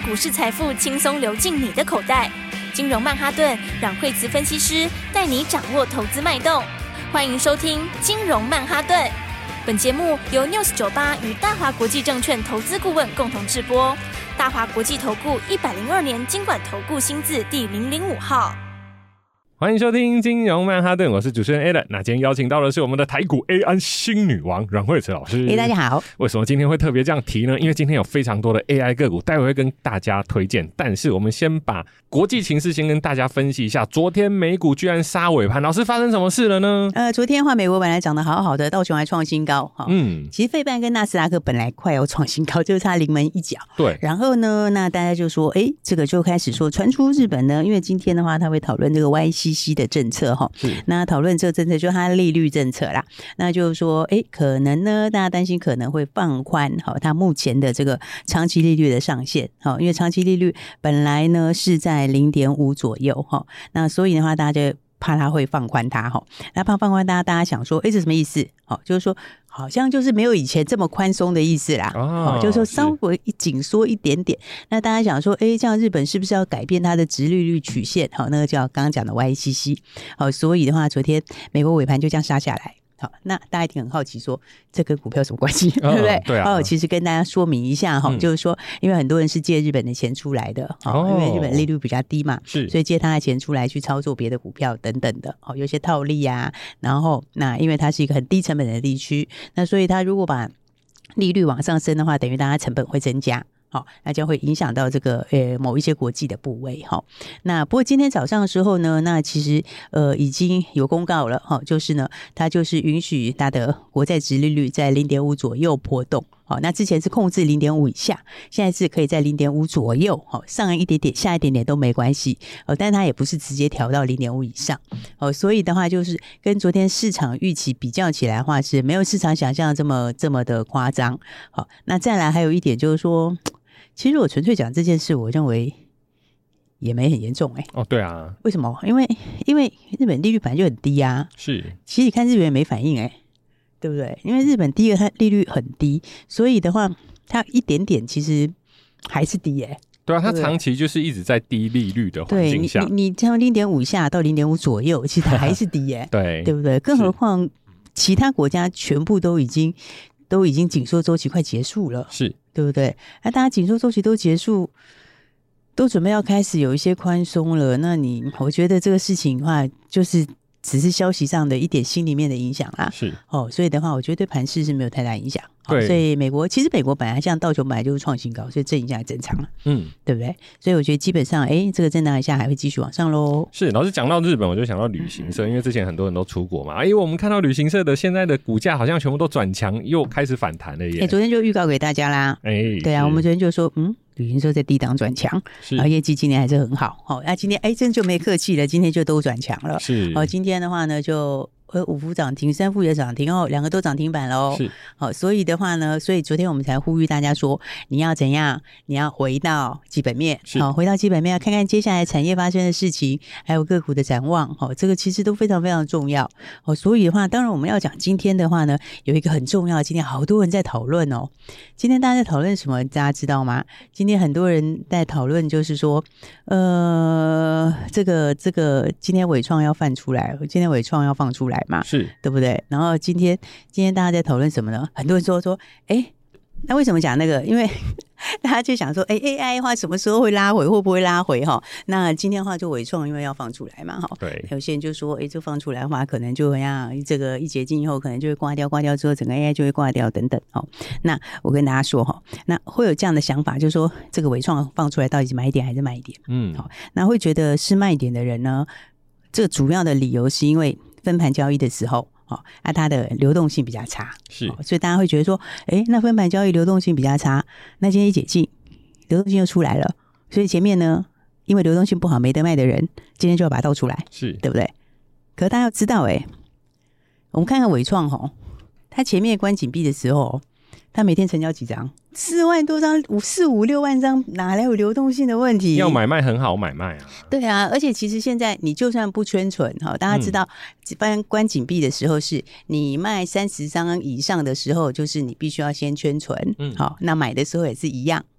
股市财富轻松流进你的口袋。金融曼哈顿让惠慈分析师带你掌握投资脉动。欢迎收听金融曼哈顿。本节目由 News98 与大华国际证券投资顾问共同制播。大华国际投顾102年金管投顾新字第005号。 欢迎收听金融曼哈顿，我是主持人 Alan。那今天邀请到的是我们的台股 AI 新女王阮惠慈老师。 大家好。 为什么今天会特别这样提呢？因为今天有非常多的 AI 个股，待会会跟大家推荐。但是我们先把国际情势先跟大家分析一下。昨天美股居然杀尾盘，老师发生什么事了呢？ 昨天的话，美国本来涨得好好的，道琼还创新高。其实费半跟纳斯达克本来快要创新高，就差临门一脚。 对。 然后呢，那大家就说，这个就开始说传出日本呢，因为今天的话，他会讨论这个 YCC 的政策。那讨论这个政策就是它的利率政策啦，那就是说可能呢大家担心可能会放宽它目前的这个长期利率的上限，因为长期利率本来呢是在 0.5 左右，那所以的话大家就怕它会放宽它，那怕放宽大家想说这什么意思？就是说好像就是没有以前这么宽松的意思啦，就是说稍微紧缩一点点。那大家想说这样日本是不是要改变它的殖利率曲线？那个叫刚刚讲的 YCC。所以的话昨天美国尾盘就这样杀下来。好，那大家一定很好奇说这跟股票有什么关系，对不对？ 对啊。 其实跟大家说明一下就是说因为很多人是借日本的钱出来的，因为日本利率比较低嘛，所以借他的钱出来去操作别的股票等等的，有些套利啊，然后那因为它是一个很低成本的地区，那所以他如果把利率往上升的话，等于大家成本会增加。那将会影响到这个某一些国际的部位。那不过今天早上的时候呢，那其实已经有公告了，就是呢它就是允许它的国债殖利率在 0.5 左右波动。那之前是控制 0.5 以下，现在是可以在 0.5 左右，上一点点下一点点都没关系，但它也不是直接调到 0.5 以上。所以的话就是跟昨天市场预期比较起来的话是没有市场想象这么的夸张。那再来还有一点就是说，其实我纯粹讲这件事，我认为也没很严重。 对啊。为什么？因为日本利率本来就很低啊。 是。 其实你看日本也没反应对不对？因为日本第一个它利率很低，所以的话它一点点其实还是低对啊，它长期就是一直在低利率的环境下。 对，你从 0.5 下到 0.5 左右，其实还是低对， 对不对？更何况其他国家全部都已经紧缩周期快结束了， 是对不对？那大家紧缩周期都结束，都准备要开始有一些宽松了，那我觉得这个事情的话，就是只是消息上的一点心里面的影响啦。 是所以的话，我觉得对盘势是没有太大影响。 对， 所以美国本来像道琼本来就是创新高，所以震一下正常了，对不对？所以我觉得基本上，这个震荡一下还会继续往上咯。 是，老师讲到日本，我就想到旅行社，因为之前很多人都出国嘛，我们看到旅行社的现在的股价好像全部都转强，又开始反弹了耶。 昨天就预告给大家啦。对啊，我们昨天就说，旅行社在低档转强，然后业绩今年还是很好。那今天真就没客气了，今天就都转强了。 是。 今天的话呢，就5幅涨停，3幅也涨停2个都涨停板了是。 所以的话呢，所以昨天我们才呼吁大家说，你要怎样？你要回到基本面，回到基本面，要看看接下来产业发生的事情，还有个股的展望，这个其实都非常非常重要。所以的话，当然我们要讲今天的话呢，有一个很重要，今天好多人在讨论今天大家在讨论什么？大家知道吗？今天很多人在讨论，就是说，这个今天伟创要放出来嘛， 是对不对？然后今天大家在讨论什么呢？很多人说那为什么讲那个？因为大家就想说AI 的话什么时候会拉回，会不会拉回那今天的话就伟创因为要放出来嘛对， 有些人就说这放出来的话可能就这个一解禁以后可能就会挂掉之后整个 AI 就会挂掉等等那我跟大家说那会有这样的想法，就是说这个伟创放出来到底是买点还是卖点？那会觉得是卖点的人呢，这个主要的理由是因为分盘交易的时候它的流动性比较差， 是， 所以大家会觉得说那分盘交易流动性比较差，那今天一解禁流动性又出来了，所以前面呢因为流动性不好没得卖的人今天就要把它倒出来，是对不对？可是大家要知道我们看看伟创它前面关紧闭的时候他每天成交几张？4万多张，4、5、6万张，哪来有流动性的问题？ 要买卖很好买卖啊。 对啊，而且其实现在你就算不圈存，大家知道，关紧闭的时候是你卖30张以上的时候，就是你必须要先圈存，好，那买的时候也是一样。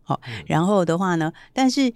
好，然后的话呢，但是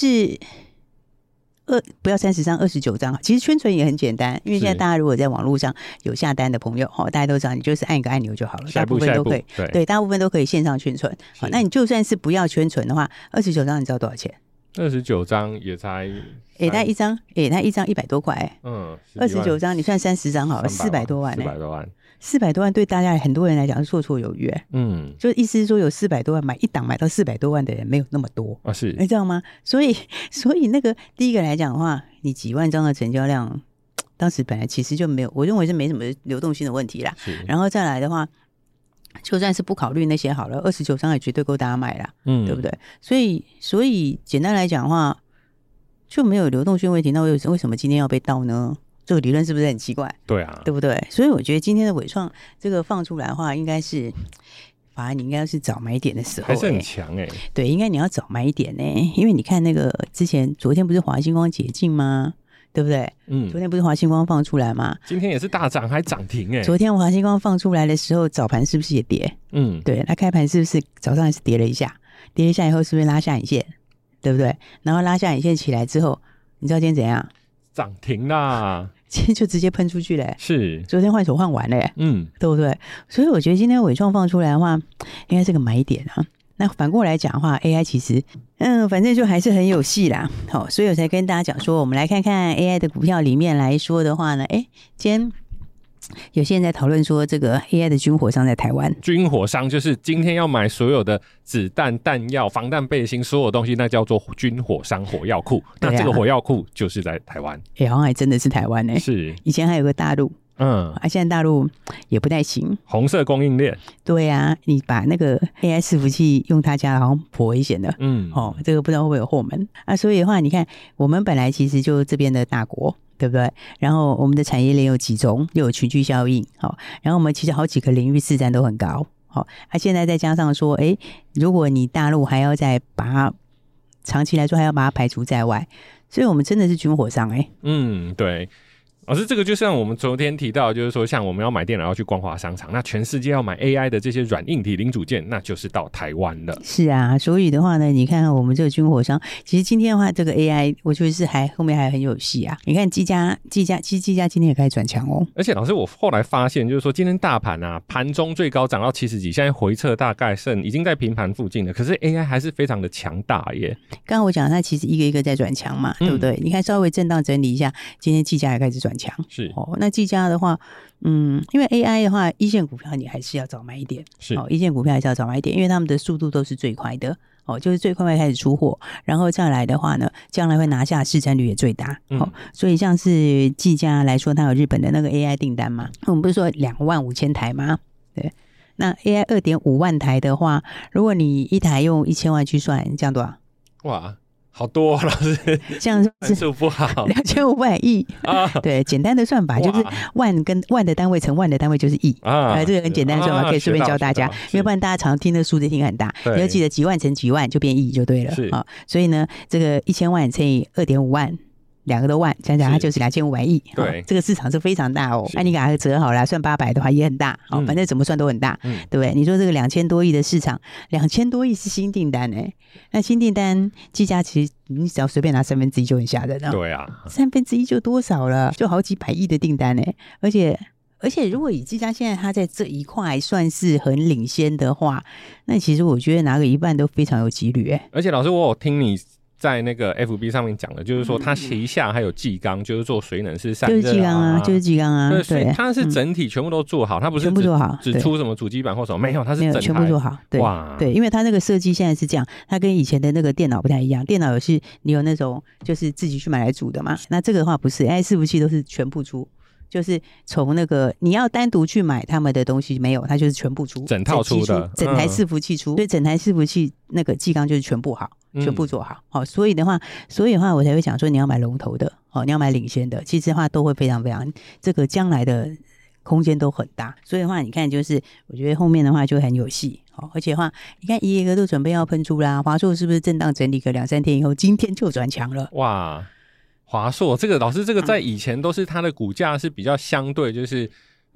不要30张，29张。其实圈存也很简单，因为现在大家如果在网络上有下单的朋友，大家都知道，你就是按一个按钮就好了，大部分都可以，对，大部分都可以线上圈存。好，那你就算是不要圈存的话，29张你知道多少钱 ？29张也才， 那一张100多块，29张你算30张好了，400多万 ，400多万。 400多万对大家很多人来讲是绰绰有余，就意思是说有400多万买一档买到400多万的人没有那么多啊，是， 你知道吗？所以那个第一个来讲的话，你几万张的成交量，当时本来其实就没有，我认为是没什么流动性的问题啦。然后再来的话，就算是不考虑那些好了，29张也绝对够大家买啦，对不对？所以简单来讲的话，就没有流动性问题，那为什么今天要被盗呢？这个理论是不是很奇怪？ 对啊， 对不对？所以我觉得今天的伟创这个放出来的话，应该是反而你应该是早买点的时候， 还是很强对，应该你要早买一点因为你看那个昨天不是华星光解禁吗？对不对？昨天不是华星光放出来吗？ 今天也是大涨，还涨停昨天华星光放出来的时候，早盘是不是也跌？对，它开盘是不是早上还是跌了一下？跌了一下以后，是不是拉下影线？对不对？然后拉下影线起来之后，你知道今天怎样？ 涨停啦！ 今天就直接喷出去了， 是昨天换手换完了，对不对？所以我觉得今天伟创放出来的话，应该是个买点啊。那反过来讲的话 ，AI 其实反正就还是很有戏啦。好，所以我才跟大家讲说，我们来看看 AI 的股票里面来说的话呢，今天有些人在讨论说，这个 AI 的军火商在台湾， 军火商就是今天要买所有的子弹、弹药、防弹背心，所有东西那叫做军火商火药库。那这个火药库就是在台湾， 好像还真的是台湾是以前还有个大陆。现在大陆也不太行， 红色供应链。 对啊，你把那个 AI 伺服器用他家，好像颇危险的。这个不知道会不会有后门啊？所以的话，你看我们本来其实就这边的大国，对不对？然后我们的产业链又集中，又有群聚效应，然后我们其实好几个领域市占都很高，现在再加上说，如果你大陆还要再把它长期来说还要把它排除在外，所以我们真的是军火商对。老师，这个就像我们昨天提到，就是说像我们要买电脑要去光华商场，那全世界要买 AI 的这些软硬体零组件，那就是到台湾了。 是啊，所以的话呢，你看我们这个军火商，其实今天的话，这个 AI 我觉得是后面还很有戏啊。你看技嘉今天也开始转强哦。而且老师，我后来发现，就是说今天大盘啊，盘中最高涨到70几，现在回撤大概已经在平盘附近了，可是 AI 还是非常的强大耶。 刚刚我讲它其实一个一个在转强嘛，对不对？你看稍微震荡整理一下，今天技嘉也开始转强。 是那技嘉的话，因为 AI 的话，一线股票你还是要早买一点。 是一线股票还是要早买一点，因为他们的速度都是最快的。就是最快开始出货，然后再来的话呢，将来会拿下市占率也最大。所以像是技嘉来说，它有日本的那个 AI 订单嘛，我们不是说25000台吗？对，那 AI 2.5万台的话，如果你一台用1000万去算，这样多少？ 哇！好多老师， 这样是数不好 ，2500亿啊！对，简单的算法就是万跟万的单位乘万的单位就是亿啊，这个很简单的算法，可以顺便教大家，因为不然大家常听的数字听很大，你要记得几万乘几万就变亿就对了啊。所以呢，这个1000万乘以2.5万。2个多万，讲它就是2500亿。 对， 这个市场是非常大哦。你给它折好了，算800的话也很大。反正怎么算都很大，对不对？你说这个2000多亿的市场，2000多亿是新订单那新订单技嘉其实你只要随便拿1/3就很吓人了。 对啊 ，1/3就多少了？就好几百亿的订单而且如果以技嘉现在它在这一块算是很领先的话，那其实我觉得拿个1半都非常有几率而且老师，我有听你在那个 FB 上面讲的，就是说它旗下还有技钢，就是做水冷式散热， 就是技钢啊，就是技钢啊。 对，所以它是整体全部都做好，它不是全部做好， 只出什么主机板或什么，没有，它是整台全部做好。对，哇，对，因为它那个设计现在是这样，它跟以前的那个电脑不太一样，电脑你有那种就是自己去买来组的嘛，那这个的话不是 ，AI 伺服器都是全部出。就是从那个你要单独去买他们的东西没有，它就是全部出， 整套出的， 整台伺服器出，所以整台伺服器那个技钢就是全部好，全部做好。所以的话我才会讲说你要买龙头的，你要买领先的，其实的话都会非常非常这个将来的空间都很大。所以的话你看就是我觉得后面的话就很有戏。而且的话你看一个都准备要喷出啦，华硕是不是震荡整理个2-3天以后，今天就转强了？ 哇！华硕这个老师，这个在以前都是它的股价是比较相对，就是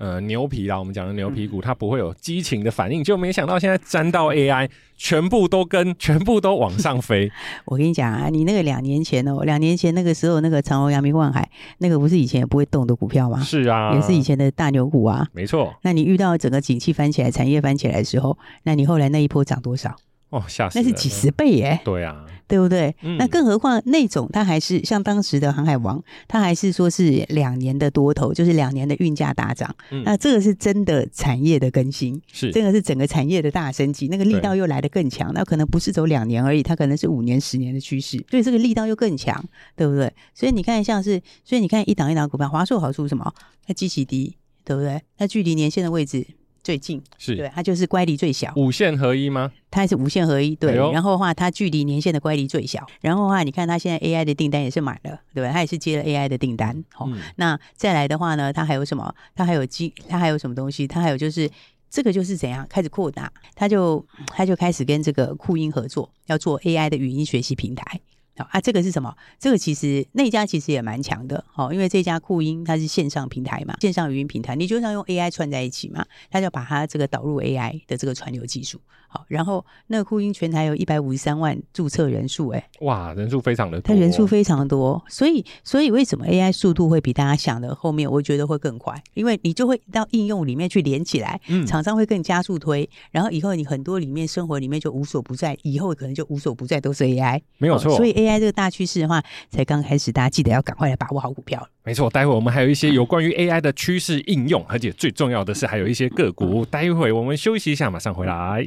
牛皮啦，我们讲的牛皮股，它不会有激情的反应，就没想到现在沾到 AI， 全部都往上飞。 我跟你讲啊，你那个2年前2年前那个时候，那个长荣、阳明、万海，那个不是以前也不会动的股票吗？ 是啊， 也是以前的大牛股啊。 没错。 那你遇到整个景气翻起来、产业翻起来的时候，那你后来那一波涨多少？ 哦，吓死人了！ 那是几十倍耶。 对啊， 对不对？那更何况那种它还是像当时的航海王，它还是说是2年的多头，就是2年的运价大涨。那这个是真的产业的更新， 是这个是整个产业的大升级，那个力道又来得更强。那可能不是走2年而已，它可能是5年、10年的趋势，所以这个力道又更强，对不对？所以你看所以你看一档一档股票，华硕好处是什么？它基期低，对不对？它距离年线的位置最近， 是对，它就是乖离最小， 五线合一吗？ 它是无线合一，对， 然后的话，它距离年线的乖离最小，然后的话，你看它现在 AI 的订单也是满了，对吧？它也是接了 AI 的订单，那再来的话呢，它还有什么？它还有什么东西？它还有就是这个就是怎样开始扩大，它就开始跟这个酷音合作，要做 AI 的语音学习平台。这个是什么？这个其实那家其实也蛮强的，因为这家酷音它是线上平台嘛，线上语音平台，你就像用 AI 串在一起嘛，它就把它这个导入 AI 的这个传流技术。好，然后那个酷音全台有153万注册人数， 哇，人数非常的多， 它人数非常多，所以为什么 AI 速度会比大家想的后面我觉得会更快？因为你就会到应用里面去连起来，厂商会更加速推，然后以后你很多里面生活里面就无所不在，以后可能就无所不在都是 AI， 没有错。 所以 AI 这个大趋势的话，才刚开始，大家记得要赶快来把握好股票。 没错，待会我们还有一些有关于 AI 的趋势应用，而且最重要的是还有一些个股。待会我们休息一下，马上回来。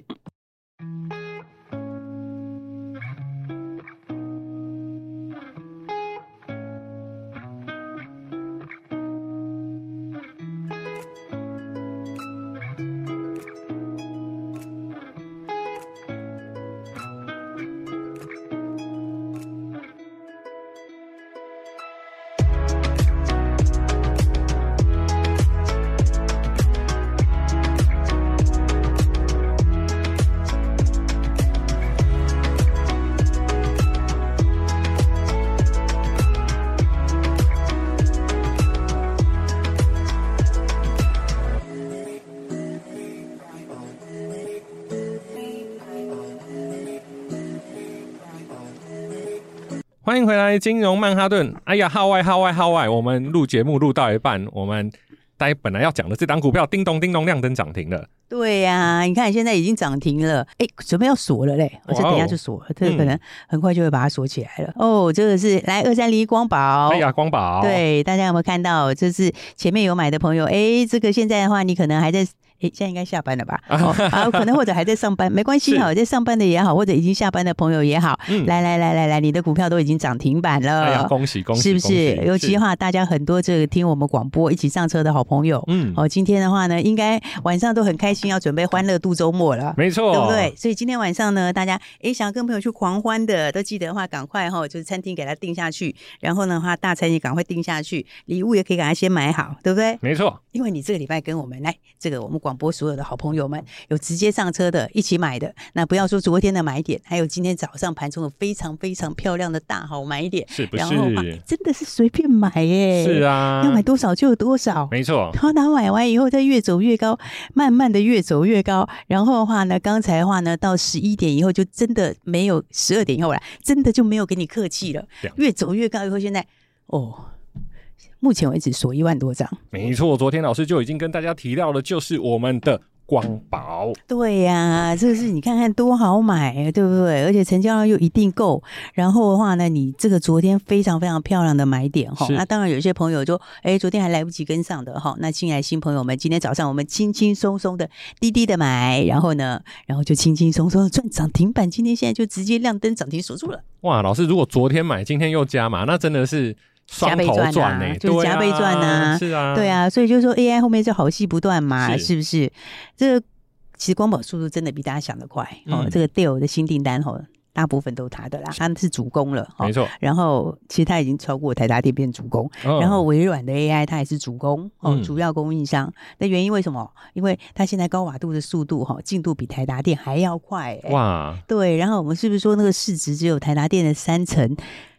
欢迎回来，金融曼哈顿。哎呀，号外！我们录节目录到一半，我们本来要讲的这档股票，叮咚叮咚亮灯涨停了。 对呀，你看现在已经涨停了，准备要锁了嘞，我这等一下就锁了，这个可能很快就会把它锁起来了。哦，这个是来2301光宝， 哎呀，光宝， 对，大家有没有看到？这是前面有买的朋友，这个现在的话，你可能还在。现在应该下班了吧？可能或者还在上班，没关系哈，在上班的也好，或者已经下班的朋友也好，来，你的股票都已经涨停板了， 哎呀，恭喜， 是不是？尤其的话，大家很多这个听我们广播一起上车的好朋友，今天的话呢，应该晚上都很开心，要准备欢乐度周末了， 没错， 对不对？所以今天晚上呢，大家想要跟朋友去狂欢的，都记得的话，赶快就是餐厅给他订下去，然后呢话，大餐也赶快订下去，礼物也可以给他先买好，对不对？ 没错， 因为你这个礼拜跟我们来这个我们广播所有的好朋友们有直接上车的，一起买的，那不要说昨天的买点，还有今天早上盘中有非常非常漂亮的大好买点， 是不是？ 然后真的是随便买是啊， 要买多少就有多少， 没错。 然后他买完以后再越走越高，慢慢的越走越高，然后的话呢，刚才的话呢，到11点以后就真的没有，12点以后啦，真的就没有给你客气了，越走越高以后，现在目前为止锁1万多张， 没错。昨天老师就已经跟大家提到了，就是我们的光宝。 对呀，这个是你看看多好买，对不对？而且成交量又一定够。然后的话呢，你这个昨天非常非常漂亮的买点哈，那当然有些朋友就昨天还来不及跟上的哈，那进来新朋友们，今天早上我们轻轻松松的低低的买，然后就轻轻松松的赚涨停板，今天现在就直接亮灯涨停锁住了。 哇，老师如果昨天买，今天又加码，那真的是双头赚欸， 就是加倍赚啊， 是啊， 对啊，所以就说 AI 后面就好戏不断嘛，是不是？这个其实光宝速度真的比大家想的快这个 Dell 的新订单大部分都他的啦，他是主攻了， 没错。 然后其实他已经超过台达电变主攻，然后微软的 AI 它也是主攻主要供应商。那原因为什么？因为它现在高瓦度的速度进度比台达电还要快哇！对，然后我们是不是说那个市值只有台达电的3成？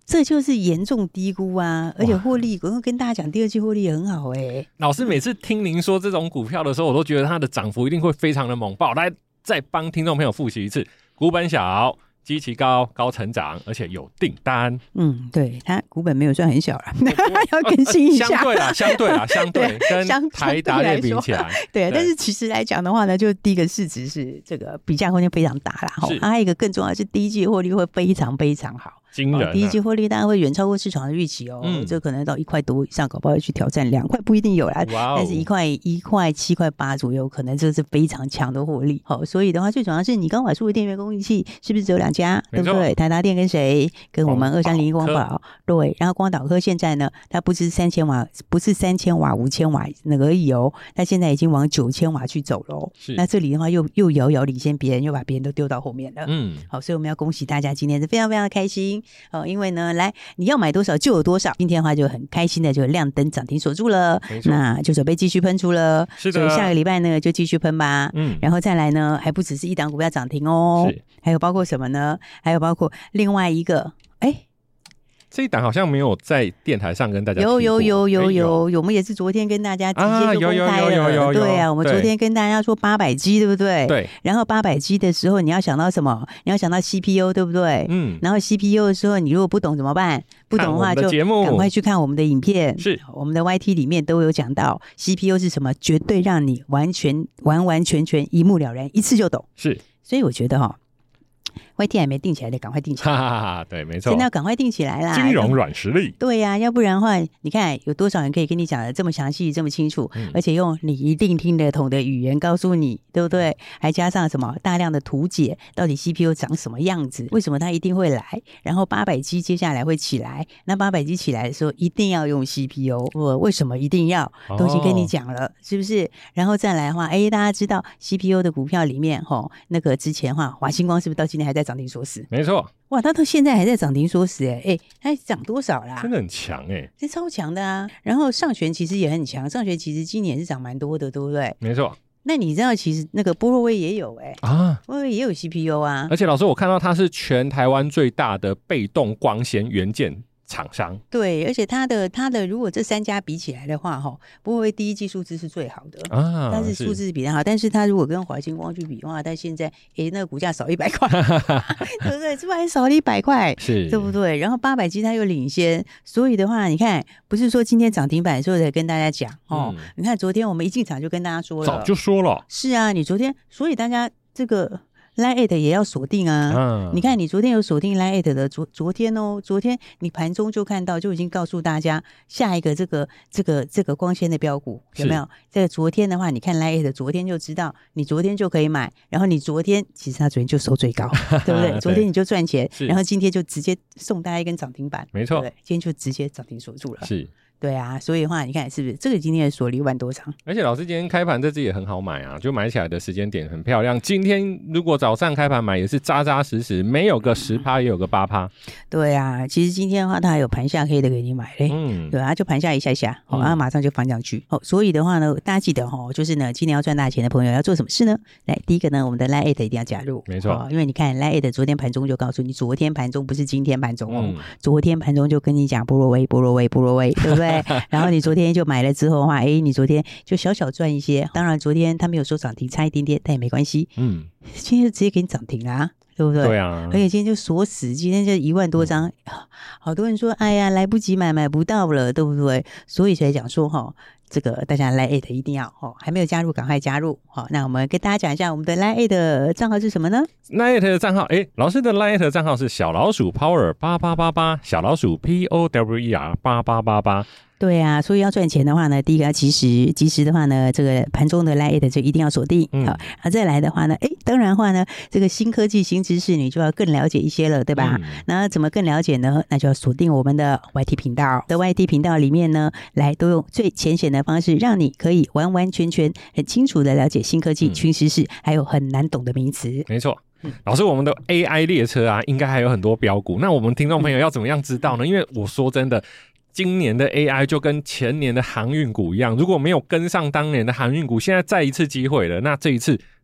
这就是严重低估啊！而且获利，我跟大家讲，第二季获利也很好老师每次听您说这种股票的时候，我都觉得它的涨幅一定会非常的猛爆。来，再帮听众朋友复习一次：股本小，基期高，高成长，而且有订单。 对，它股本没有算很小啦，要更新一下。 相对跟台达电比起来， 对，但是其实来讲的话呢，就第一个市值是这个比价空间非常大啦。还有一个更重要的是第一季获利会非常非常好。 惊人第一季获利当然会远超过市场的预期这可能到1块多以上，搞不好去挑战2块，不一定有啦。但是1块7块8左右，可能这是非常强的获利。所以的话，最主要是你刚瓦数的电源供应器是不是只有2家，对不对？台达电跟谁？跟我们2301光宝。对，然后光导科现在呢，它不是3000瓦5000瓦那个而已它现在已经往9000瓦去走了那这里的话又遥遥领先别人，又把别人都丢到后面了。好，所以我们要恭喜大家，今天是非常非常的开心。因为呢，来你要买多少就有多少。今天的话就很开心的就亮灯涨停锁住了，那就准备继续喷出了。是的，所以下个礼拜呢就继续喷吧。然后再来呢，还不只是一档股票涨停还有包括什么呢？还有包括另外一个这一档好像没有在电台上跟大家提过。 有，我们也是昨天跟大家直接就公开了。有对啊，我们昨天跟大家说800G，对不对？对。然后800G的时候，你要想到什么？你要想到 CPU， 对不对？然后 CPU 的时候，你如果不懂怎么办？不懂的话就赶快去看我们的影片。是，我们的 YT 里面都有讲到 CPU 是什么，绝对让你完全一目了然，一次就懂。是。所以我觉得YT 还没定起来的，赶快定起来。 对，没错， 现在要赶快定起来啦！ 金融软实力。 对呀，要不然的话，你看有多少人可以跟你讲的这么详细、这么清楚，而且用你一定听得懂的语言告诉你，对不对？还加上什么大量的图解，到底 CPU 长什么样子？为什么它一定会来？然后800G 接下来会起来，那800G 起来的时候一定要用 CPU， 为什么一定要？都已经跟你讲了，是不是？然后再来的话，大家知道 CPU 的股票里面，那个之前华星光是不是到今天还在涨停锁死？ 没错， 哇，它到现在还在涨停锁死它涨多少啦？ 真的很强这超强的啊！然后上旋其实也很强，上旋其实今年是涨蛮多的，对不对？ 没错。 那你知道其实那个波若威也有波若威也有 CPU 啊， 而且老师我看到它是全台湾最大的被动光纤元件厂商。 对，而且它的如果这3家比起来的话波若威第一季数字是最好的但是数字是比较好，但是它如果跟华星光去比的话，它现在那个股价少100块对不对？是不是还少了100块？是，对不对？然后800G它又领先，所以的话你看，不是说今天涨停板的时候才跟大家讲你看昨天我们一进场就跟大家说了， 早就说了。 是啊，你昨天，所以大家这个Line@ 也要锁定啊！你看，你昨天有锁定 Line@ 的，昨天你盘中就看到，就已经告诉大家下一个这个光纤的标股有没有？这个昨天的话，你看 Line@ 的，昨天就知道，你昨天就可以买，然后你昨天其实他昨天就收最高，对不对？昨天你就赚钱，然后今天就直接送大家一根涨停板，没错，对，今天就直接涨停锁住了，是。对啊，所以的话，你看是不是这个今天的锁了1万多张？ 而且老师今天开盘这支也很好买啊，就买起来的时间点很漂亮。今天如果早上开盘买也是扎扎实实，没有个10%也有个8%。 对啊，其实今天的话，它还有盘下黑的给你买嘞，对啊，就盘下一下下，然后马上就翻上去。所以的话呢，大家记得就是呢，今年要赚大钱的朋友要做什么事呢？来，第一个呢，我们的 Line@ 一定要加入，没错，因为你看 Line@ 昨天盘中就告诉你，昨天盘中不是今天盘中昨天盘中就跟你讲波若威，对不对？然后你昨天就买了之后的话，你昨天就小小赚一些。当然昨天他没有收涨停，差一点点，但也没关系。今天就直接给你涨停啦，对不对？对啊。而且今天就锁死，今天就1万多张，好多人说，哎呀，来不及买不到了，对不对？所以才讲说这个大家 Line@ 一定要还没有加入赶快加入。那我们跟大家讲一下我们的 Line@ 的账号是什么呢？ Line@ 的账号老师的 Line@ 的账号是小老鼠 Power8888，小老鼠 POWER8888。 对啊，所以要赚钱的话呢，第一个要及时的话呢，这个盘中的 Line@ 就一定要锁定。再来的话呢，当然的话呢，这个新科技新知识你就要更了解一些了，对吧？那怎么更了解呢？那就要锁定我们的 YT 频道的 YT 频道里面呢，来都用最浅显的方式，让你可以完完全全很清楚的了解新科技新知识，还有很难懂的名词。 没错。老师，我们的 AI 列车啊，应该还有很多标股。那我们听众朋友要怎么样知道呢？因为我说真的，今年的 AI 就跟前年的航运股一样，如果没有跟上当年的航运股，现在再一次机会了。那这一次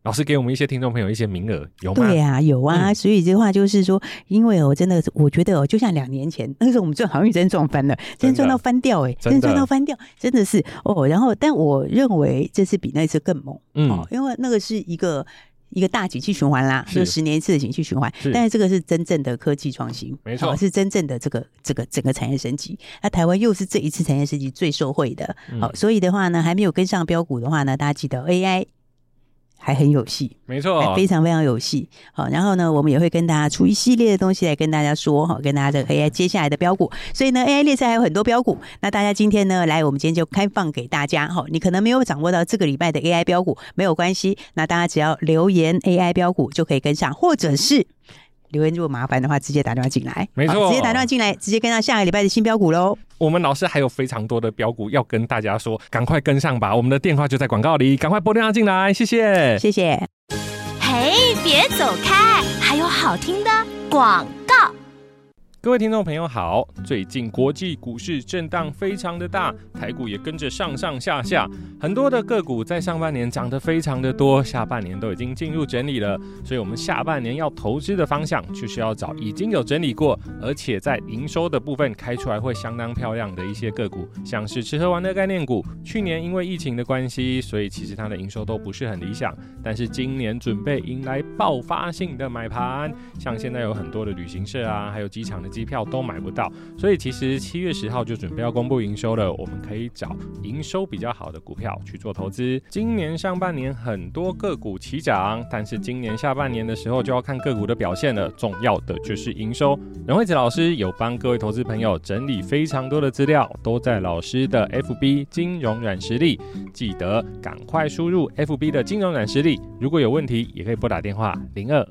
老师给我们一些听众朋友一些名额，有吗？ 对啊，有啊。所以这话就是说，因为真的，我觉得就像2年前那时候我们赚航运真赚翻了，真赚到翻掉真赚到翻掉，真的是然后，但我认为这次比那次更猛因为那个是一个大景气循环啦，就10年一次的景气循环，但是这个是真正的科技创新， 没错， 是真正的这个整个产业升级。那台湾又是这一次产业升级最受惠的，所以的话呢，还没有跟上标股的话呢，大家记得 AI。还很有戏， 没错， 非常非常有戏。好，然后呢，我们也会跟大家出一系列的东西来跟大家说，跟大家这个 AI 接下来的标股。所以呢 ，AI 列车还有很多标股。那大家今天呢，我们今天就开放给大家。你可能没有掌握到这个礼拜的 AI 标股，没有关系。那大家只要留言 AI 标股就可以跟上，或者是留言如果麻烦的话，直接打电话进来， 没错， 直接打电话进来，直接跟上下个礼拜的新标股喽。 我们老师还有非常多的标股要跟大家说，赶快跟上吧！我们的电话就在广告里，赶快拨电话进来，谢谢， 谢谢。 嘿，别走开，还有好听的广告。 各位听众朋友好，最近国际股市震荡非常的大，台股也跟着上上下下，很多的个股在上半年涨得非常的多，下半年都已经进入整理了，所以我们下半年要投资的方向就是要找已经有整理过，而且在营收的部分开出来会相当漂亮的一些个股，像是吃喝玩乐概念股，去年因为疫情的关系，所以其实它的营收都不是很理想，但是今年准备迎来爆发性的买盘，像现在有很多的旅行社啊，还有机场的机票都买不到，所以其实7月10号就准备要公布营收了，我们可以找营收比较好的股票去做投资。今年上半年很多个股齐涨，但是今年下半年的时候就要看个股的表现了，重要的就是营收。任惠子老师有帮各位投资朋友整理非常多的资料，都在老师的 FB 金融软实力，记得赶快输入 FB 的金融软实力，如果有问题也可以拨打电话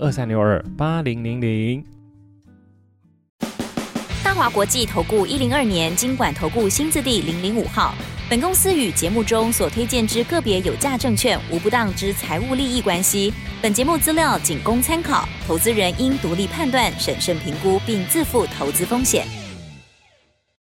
0223628000。 大华国际投顾102年金管投顾新字第005号。本公司与节目中所推荐之个别有价证券无不当之财务利益关系。本节目资料仅供参考，投资人应独立判断、审慎评估，并自负投资风险。